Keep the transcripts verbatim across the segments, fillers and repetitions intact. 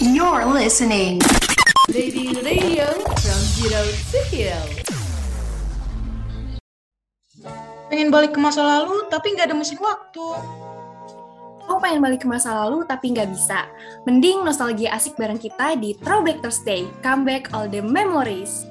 You're listening. Lady Radio from Zero to Hero. Pengen balik ke masa lalu, tapi nggak ada mesin waktu. Aku pengen balik ke masa lalu, tapi nggak bisa. Mending nostalgia asik bareng kita di Throwback Thursday. Come back all the memories.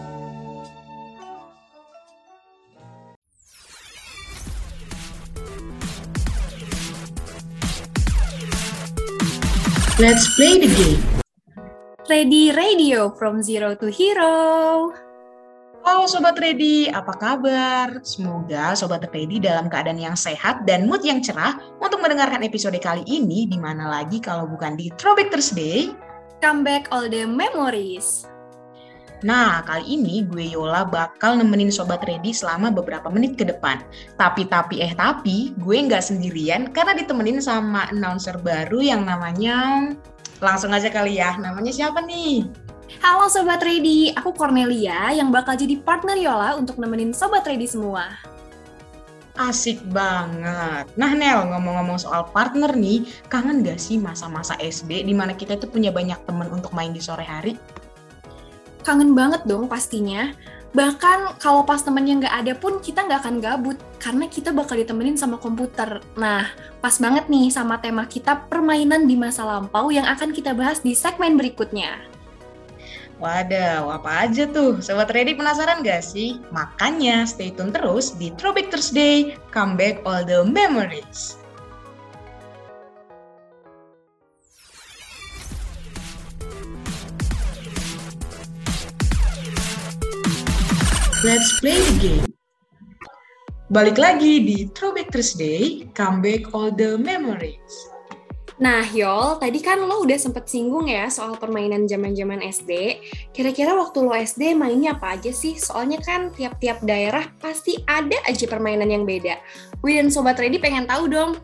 Let's play the game. Ready Radio from Zero to Hero. Halo Sobat Ready, apa kabar? Semoga Sobat Ready dalam keadaan yang sehat dan mood yang cerah untuk mendengarkan episode kali ini, di mana lagi kalau bukan di Throwback Thursday. Come back all the memories. Nah, kali ini gue Yola bakal nemenin Sobat Ready selama beberapa menit ke depan. Tapi, tapi, eh tapi, gue nggak sendirian karena ditemenin sama announcer baru yang namanya... Langsung aja kali ya, namanya siapa nih? Halo Sobat Ready, aku Cornelia yang bakal jadi partner Yola untuk nemenin Sobat Ready semua. Asik banget. Nah Nel, ngomong-ngomong soal partner nih, kangen gak sih masa-masa S D di mana kita tuh punya banyak teman untuk main di sore hari? Kangen banget dong pastinya. Bahkan kalau pas temennya nggak ada pun kita nggak akan gabut, karena kita bakal ditemenin sama komputer. Nah, pas banget nih sama tema kita permainan di masa lampau yang akan kita bahas di segmen berikutnya. Wadaw, apa aja tuh? Sobat Ready penasaran gak sih? Makanya stay tune terus di Throwback Thursday, come back all the memories. Let's play the game. Balik lagi di Throwback Thursday, come back all the memories. Nah, Yol, tadi kan lo udah sempet singgung ya soal permainan zaman-zaman S D. Kira-kira waktu lo S D mainnya apa aja sih? Soalnya kan tiap-tiap daerah pasti ada aja permainan yang beda. Gue dan Sobat Ready pengen tahu dong.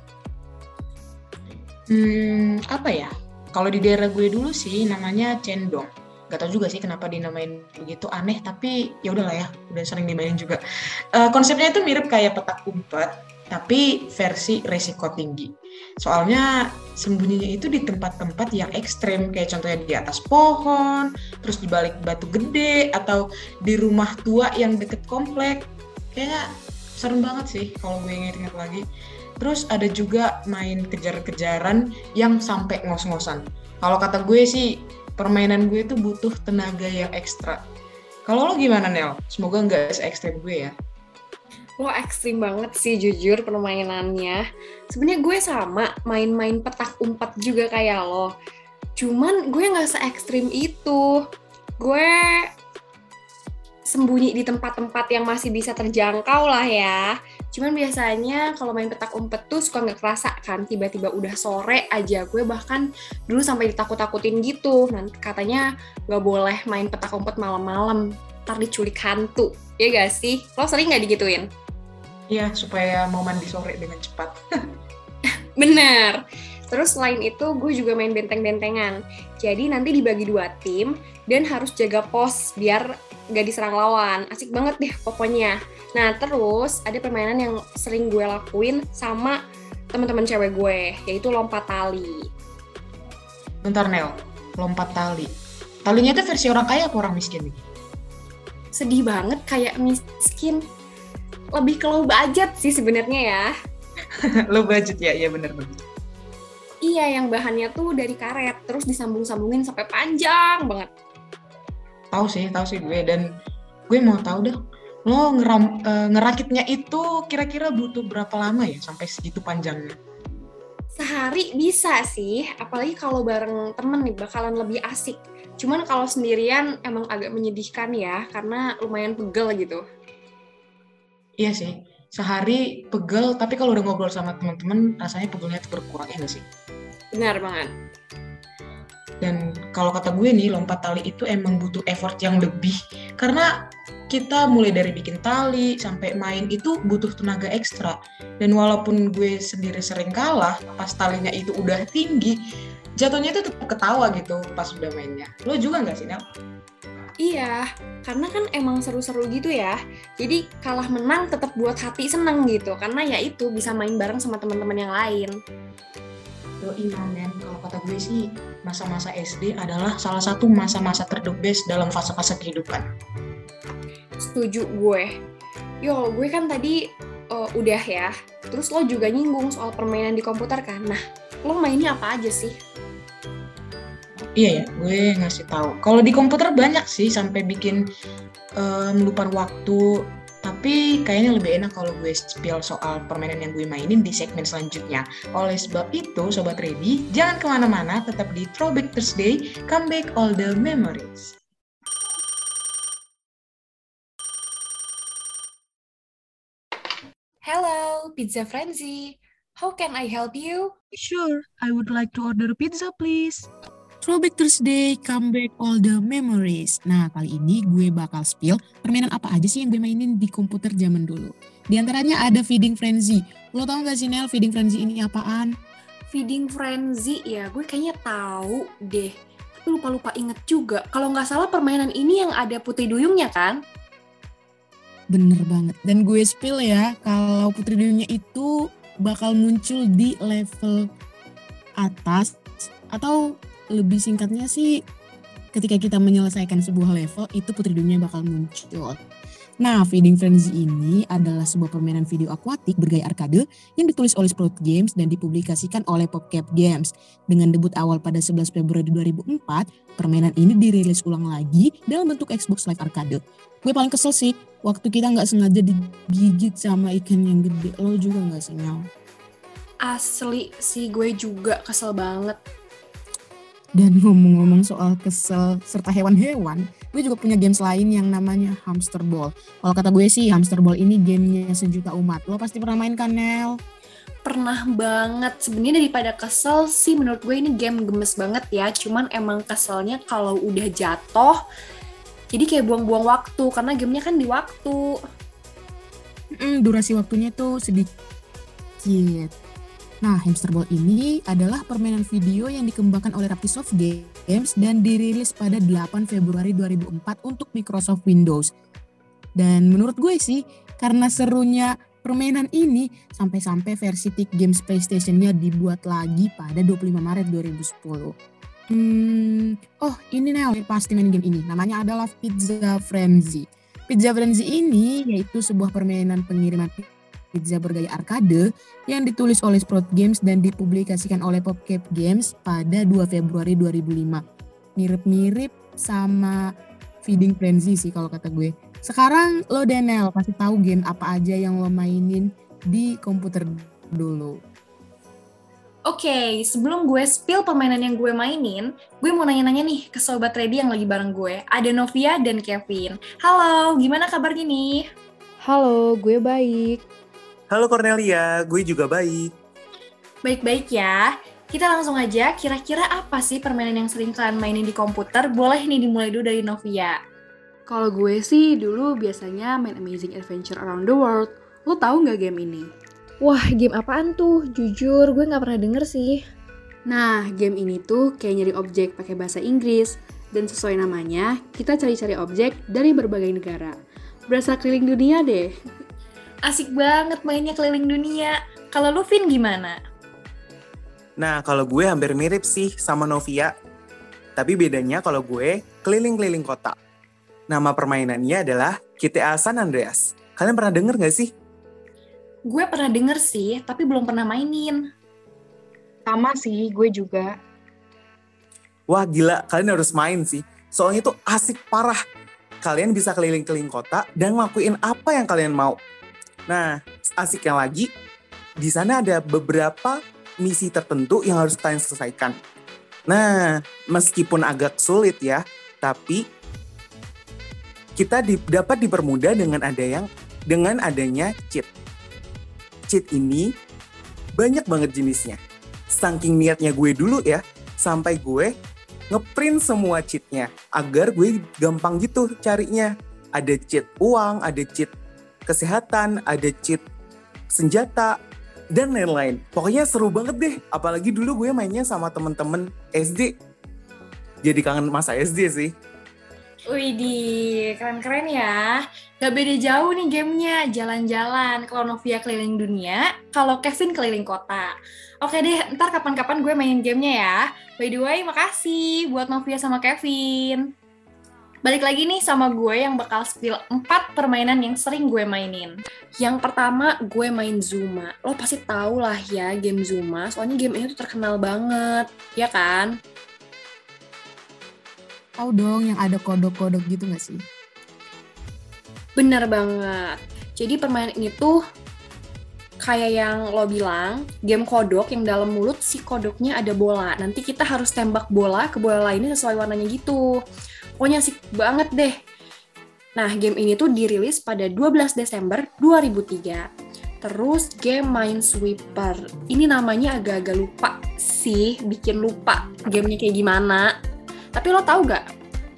Hmm, apa ya? Kalau di daerah gue dulu sih namanya cendong. Gak tau juga sih kenapa dinamain begitu, aneh, tapi ya udahlah ya, udah sering dimainin juga. Uh, konsepnya itu mirip kayak petak umpet, tapi versi resiko tinggi. Soalnya sembunyinya itu di tempat-tempat yang ekstrem, kayak contohnya di atas pohon, terus di balik batu gede, atau di rumah tua yang deket komplek. Kayaknya serem banget sih kalau gue inget-inget lagi. Terus ada juga main kejar-kejaran yang sampai ngos-ngosan. Kalau kata gue sih, permainan gue itu butuh tenaga yang ekstra. Kalau lo gimana, Nel? Semoga nggak se-ekstrem gue ya. Lo ekstrim banget sih jujur permainannya. Sebenarnya gue sama main-main petak umpet juga kayak lo. Cuman gue nggak se-ekstrim itu. Gue sembunyi di tempat-tempat yang masih bisa terjangkau lah ya. Cuman biasanya kalau main petak umpet tuh suka nggak kerasa kan, tiba-tiba udah sore aja. Gue bahkan dulu sampai ditakut-takutin gitu. Nanti katanya nggak boleh main petak umpet malam-malam, ntar diculik hantu. Ya gak sih? Lo sering nggak digituin? Iya, supaya mau mandi sore dengan cepat. Bener. Terus selain itu gue juga main benteng-bentengan. Jadi nanti dibagi dua tim dan harus jaga pos biar gak diserang lawan. Asik banget deh pokoknya. Nah terus ada permainan yang sering gue lakuin sama teman-teman cewek gue, yaitu lompat tali. Bentar Nel, lompat tali. Talinya itu versi orang kaya apa orang miskin nih? Sedih banget kayak miskin. Lebih ke low budget sih sebenarnya ya. Low budget ya, iya bener-bener. Iya, yang bahannya tuh dari karet, terus disambung-sambungin sampai panjang banget. Tahu sih, tahu sih gue, dan gue mau tahu deh, lo ngeram, e, ngerakitnya itu kira-kira butuh berapa lama ya sampai segitu panjangnya? Sehari bisa sih, apalagi kalau bareng temen nih bakalan lebih asik. Cuman kalau sendirian emang agak menyedihkan ya, karena lumayan pegel gitu. Iya sih, sehari pegel, tapi kalau udah ngobrol sama teman-teman rasanya pegelnya tuh berkurang, ya nggak sih? Benar banget. Dan kalau kata gue nih, lompat tali itu emang butuh effort yang lebih. Karena kita mulai dari bikin tali sampai main itu butuh tenaga ekstra. Dan walaupun gue sendiri sering kalah, pas talinya itu udah tinggi, jatuhnya itu tetap ketawa gitu pas udah mainnya. Lo juga nggak sih, Nel? Iya, karena kan emang seru-seru gitu ya. Jadi kalah menang tetap buat hati seneng gitu. Karena ya itu bisa main bareng sama teman-teman yang lain. Doi men, kalau kata gue sih masa-masa S D adalah salah satu masa-masa ter the best dalam fase-fase kehidupan. Setuju gue. Yo, gue kan tadi uh, udah ya. Terus lo juga nyinggung soal permainan di komputer kan. Nah, lo mainnya apa aja sih? Iya ya, gue ngasih tahu. Kalau di komputer banyak sih sampai bikin um, lupa waktu. Tapi kayaknya lebih enak kalau gue spill soal permainan yang gue mainin di segmen selanjutnya. Oleh sebab itu, Sobat Ready, jangan kemana-mana, tetap di Throwback Thursday, come back all the memories. Hello, Pizza Frenzy. How can I help you? Sure, I would like to order pizza please. Throwback Thursday, come back all the memories. Nah, kali ini gue bakal spill permainan apa aja sih yang gue mainin di komputer zaman dulu. Di antaranya ada Feeding Frenzy. Lo tau gak sih Nel, Feeding Frenzy ini apaan? Feeding Frenzy ya, gue kayaknya tahu deh. Tapi lupa-lupa inget juga. Kalau nggak salah permainan ini yang ada putri duyungnya kan? Bener banget. Dan gue spill ya, kalau putri duyungnya itu bakal muncul di level atas atau lebih singkatnya sih ketika kita menyelesaikan sebuah level itu putri duyungnya bakal muncul. Nah, Feeding Frenzy ini adalah sebuah permainan video akuatik bergaya arcade yang ditulis oleh Sprout Games dan dipublikasikan oleh PopCap Games. Dengan debut awal pada sebelas Februari dua ribu empat, permainan ini dirilis ulang lagi dalam bentuk Xbox Live Arcade. Gue paling kesel sih, waktu kita gak sengaja digigit sama ikan yang gede. Lo juga gak sih, Nel? Asli sih, gue juga kesel banget. Dan ngomong-ngomong soal kesel serta hewan-hewan, gue juga punya games lain yang namanya Hamster Ball. Kalau kata gue sih, Hamster Ball ini gamenya sejuta umat. Lo pasti pernah main kan, Nel? Pernah banget. Sebenarnya daripada kesel sih, menurut gue ini game gemes banget ya. Cuman emang keselnya kalau udah jatuh, jadi kayak buang-buang waktu, karena gamenya kan di waktu. Mm, durasi waktunya tuh sedikit. Nah, Hamster Ball ini adalah permainan video yang dikembangkan oleh Raptisoft Games dan dirilis pada delapan Februari dua ribu empat untuk Microsoft Windows. Dan menurut gue sih, karena serunya permainan ini, sampai-sampai versi Tick Games PlayStation-nya dibuat lagi pada dua puluh lima Maret dua ribu sepuluh. Hmm, oh ini nih, pasti main game ini. Namanya adalah Pizza Frenzy. Pizza Frenzy ini yaitu sebuah permainan pengiriman pizza bergaya arcade yang ditulis oleh Sprout Games dan dipublikasikan oleh PopCap Games pada dua Februari dua ribu lima. Mirip-mirip sama Feeding Frenzy sih kalau kata gue. Sekarang lo Daniel pasti tahu game apa aja yang lo mainin di komputer dulu. Oke, okay, sebelum gue spill permainan yang gue mainin, gue mau nanya-nanya nih ke Sobat Ready yang lagi bareng gue. Ada Novia dan Kevin. Halo, gimana kabarnya nih? Halo, gue baik. Halo Cornelia, gue juga baik. Baik-baik ya. Kita langsung aja, kira-kira apa sih permainan yang sering kalian mainin di komputer? Boleh nih dimulai dulu dari Novia. Kalau gue sih dulu biasanya main Amazing Adventure Around the World. Lo tahu nggak game ini? Wah, game apaan tuh? Jujur, gue nggak pernah denger sih. Nah, game ini tuh kayak nyari objek pakai bahasa Inggris. Dan sesuai namanya, kita cari-cari objek dari berbagai negara. Berasa keliling dunia deh. Asik banget mainnya keliling dunia. Kalau lu, Vin, gimana? Nah, kalau gue hampir mirip sih sama Novia. Tapi bedanya kalau gue keliling-keliling kota. Nama permainannya adalah G T A San Andreas. Kalian pernah denger gak sih? Gue pernah denger sih, tapi belum pernah mainin. Sama sih, gue juga. Wah gila, kalian harus main sih. Soalnya itu asik parah. Kalian bisa keliling-keliling kota dan ngelakuin apa yang kalian mau. Nah, asiknya lagi, di sana ada beberapa misi tertentu yang harus kalian selesaikan. Nah, meskipun agak sulit ya, tapi kita di, dapat dipermudah dengan ada yang dengan adanya cheat. Cheat ini banyak banget jenisnya. Saking niatnya gue dulu ya, sampai gue ngeprint semua cheatnya agar gue gampang gitu carinya. Ada cheat uang, ada cheat kesehatan, ada cheat senjata, dan lain-lain. Pokoknya seru banget deh. Apalagi dulu gue mainnya sama temen-temen S D. Jadi kangen masa S D sih. Widih, keren-keren ya. Gak beda jauh nih gamenya, jalan-jalan. Kalau Novia keliling dunia, kalau Kevin keliling kota. Oke deh, ntar kapan-kapan gue mainin gamenya ya. By the way, makasih buat Novia sama Kevin. Balik lagi nih sama gue yang bakal spill empat permainan yang sering gue mainin. Yang pertama, gue main Zuma. Lo pasti tau lah ya game Zuma, soalnya game ini tuh terkenal banget, ya kan? Tahu dong yang ada kodok-kodok gitu nggak sih? Bener banget. Jadi permainan ini tuh kayak yang lo bilang, game kodok yang dalam mulut si kodoknya ada bola. Nanti kita harus tembak bola ke bola lainnya sesuai warnanya gitu. Pokoknya asik banget deh. Nah, game ini tuh dirilis pada dua belas Desember dua ribu tiga. Terus game Minesweeper. Ini namanya agak-agak lupa sih, bikin lupa gamenya kayak gimana. Tapi lo tahu gak?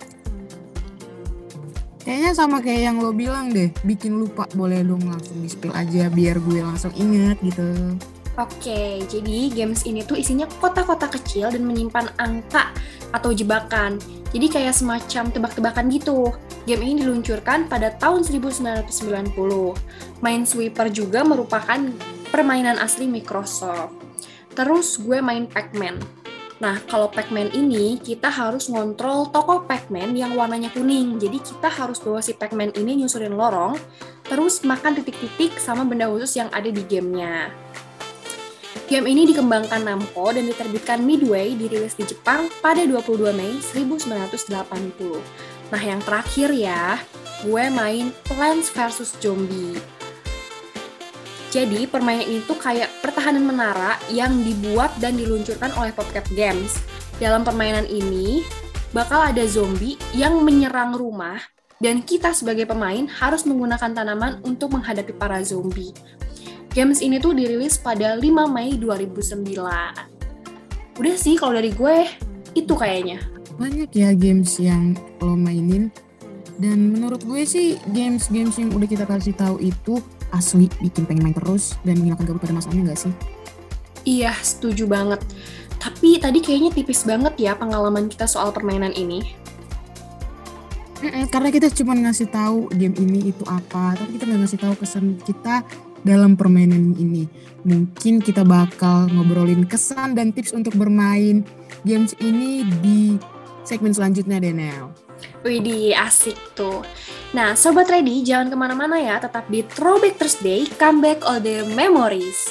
Kayaknya sama kayak yang lo bilang deh, bikin lupa. Boleh dong langsung di-spill aja biar gue langsung ingat gitu. Oke, jadi games ini tuh isinya kota-kota kecil dan menyimpan angka atau jebakan. Jadi kayak semacam tebak-tebakan gitu. Game ini diluncurkan pada tahun seribu sembilan ratus sembilan puluh. Minesweeper juga merupakan permainan asli Microsoft. Terus gue main Pac-Man. Nah, kalau Pac-Man ini, kita harus ngontrol tokoh Pac-Man yang warnanya kuning. Jadi kita harus bawa si Pac-Man ini nyusurin lorong, terus makan titik-titik sama benda khusus yang ada di gamenya. Game ini dikembangkan Namco dan diterbitkan Midway, dirilis di Jepang pada dua puluh dua Mei seribu sembilan ratus delapan puluh. Nah, yang terakhir ya, gue main Plants versus. Zombie. Jadi, permainan ini tuh kayak pertahanan menara yang dibuat dan diluncurkan oleh PopCap Games. Dalam permainan ini, bakal ada zombie yang menyerang rumah, dan kita sebagai pemain harus menggunakan tanaman untuk menghadapi para zombie. Games ini tuh dirilis pada lima Mei dua ribu sembilan. Udah sih, kalau dari gue, itu kayaknya. Banyak ya games yang lo mainin. Dan menurut gue sih, games-games yang udah kita kasih tahu itu asli bikin pengen main terus dan menghilangkan gabut pada masanya nggak sih? Iya, setuju banget. Tapi tadi kayaknya tipis banget ya pengalaman kita soal permainan ini. Mm-mm, karena kita cuma ngasih tahu game ini itu apa, tapi kita nggak ngasih tahu kesan kita dalam permainan ini. Mungkin kita bakal ngobrolin kesan dan tips untuk bermain games ini di segmen selanjutnya deh, Nel. Widih, asik tuh. Nah, Sobat Ready, jangan kemana-mana ya, tetap di Throwback Thursday, Comeback All The Memories.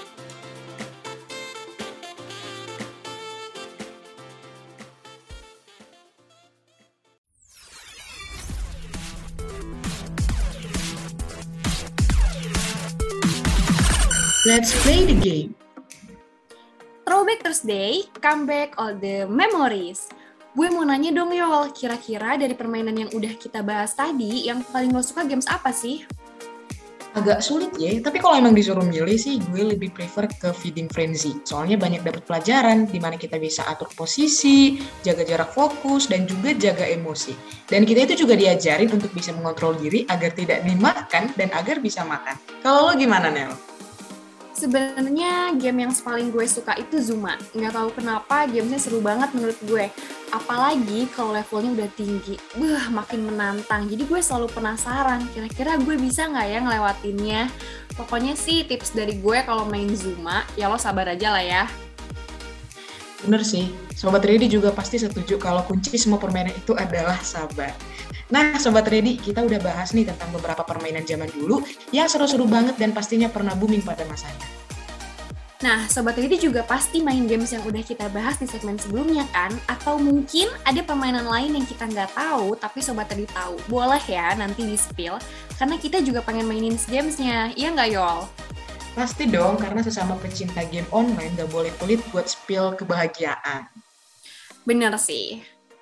Let's play the game. Throwback Thursday, Comeback All The Memories. Gue mau nanya dong Yol, kira-kira dari permainan yang udah kita bahas tadi, yang paling lo suka games apa sih? Agak sulit ya, tapi kalau emang disuruh milih sih, gue lebih prefer ke Feeding Frenzy. Soalnya banyak dapat pelajaran, di mana kita bisa atur posisi, jaga jarak fokus, dan juga jaga emosi. Dan kita itu juga diajarin untuk bisa mengontrol diri agar tidak dimakan dan agar bisa makan. Kalau lo gimana, Nel? Sebenarnya game yang paling gue suka itu Zuma. Nggak tahu kenapa gamenya seru banget menurut gue. Apalagi kalau levelnya udah tinggi. Wah, makin menantang. Jadi gue selalu penasaran, kira-kira gue bisa nggak ya ngelewatinnya. Pokoknya sih tips dari gue kalau main Zuma, ya lo sabar aja lah ya. Bener sih, Sobat Ready juga pasti setuju kalau kunci semua permainan itu adalah sabar. Nah, Sobat Ready, kita udah bahas nih tentang beberapa permainan zaman dulu yang seru-seru banget dan pastinya pernah booming pada masanya. Nah, Sobat Ready juga pasti main games yang udah kita bahas di segmen sebelumnya kan? Atau mungkin ada permainan lain yang kita nggak tahu, tapi Sobat Ready tahu. Boleh ya nanti di-spill, karena kita juga pengen mainin gamesnya, iya nggak Yol? Pasti dong, karena sesama pecinta game online gak boleh pelit buat spill kebahagiaan. Bener sih.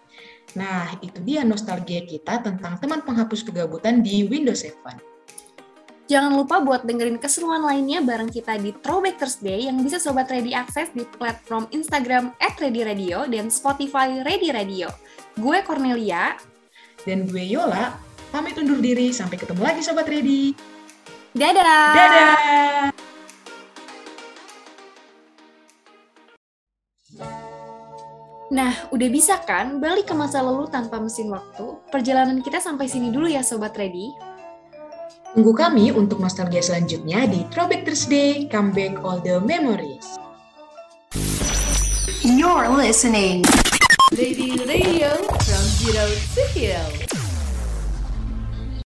Nah, itu dia nostalgia kita tentang teman penghapus kegabutan di Windows tujuh. Jangan lupa buat dengerin keseruan lainnya bareng kita di Throwback Thursday yang bisa Sobat Ready akses di platform Instagram at ready radio dan Spotify Ready Radio. Gue Cornelia. Dan gue Yola. Pamit undur diri. Sampai ketemu lagi Sobat Ready. Dadah! Dadah! Nah, udah bisa kan balik ke masa lalu tanpa mesin waktu? Perjalanan kita sampai sini dulu ya Sobat Ready. Tunggu kami untuk nostalgia selanjutnya di Throwback Thursday, Come Back All the Memories. You're listening. Lady Radio from Zero to Hero.